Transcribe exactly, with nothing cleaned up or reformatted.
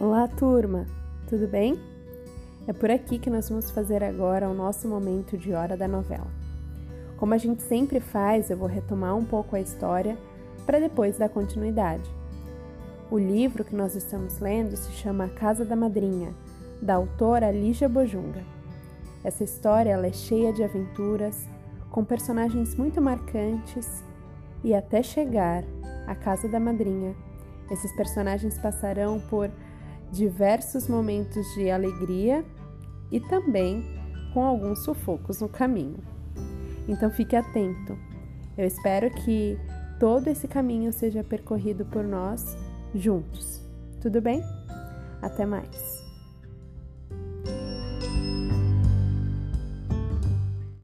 Olá, turma! Tudo bem? É por aqui que nós vamos fazer agora o nosso momento de Hora da Novela. Como a gente sempre faz, eu vou retomar um pouco a história para depois dar continuidade. O livro que nós estamos lendo se chama A Casa da Madrinha, da autora Lígia Bojunga. Essa história ela é cheia de aventuras, com personagens muito marcantes e até chegar à Casa da Madrinha, esses personagens passarão por diversos momentos de alegria e também com alguns sufocos no caminho. Então fique atento. Eu espero que todo esse caminho seja percorrido por nós juntos. Tudo bem? Até mais!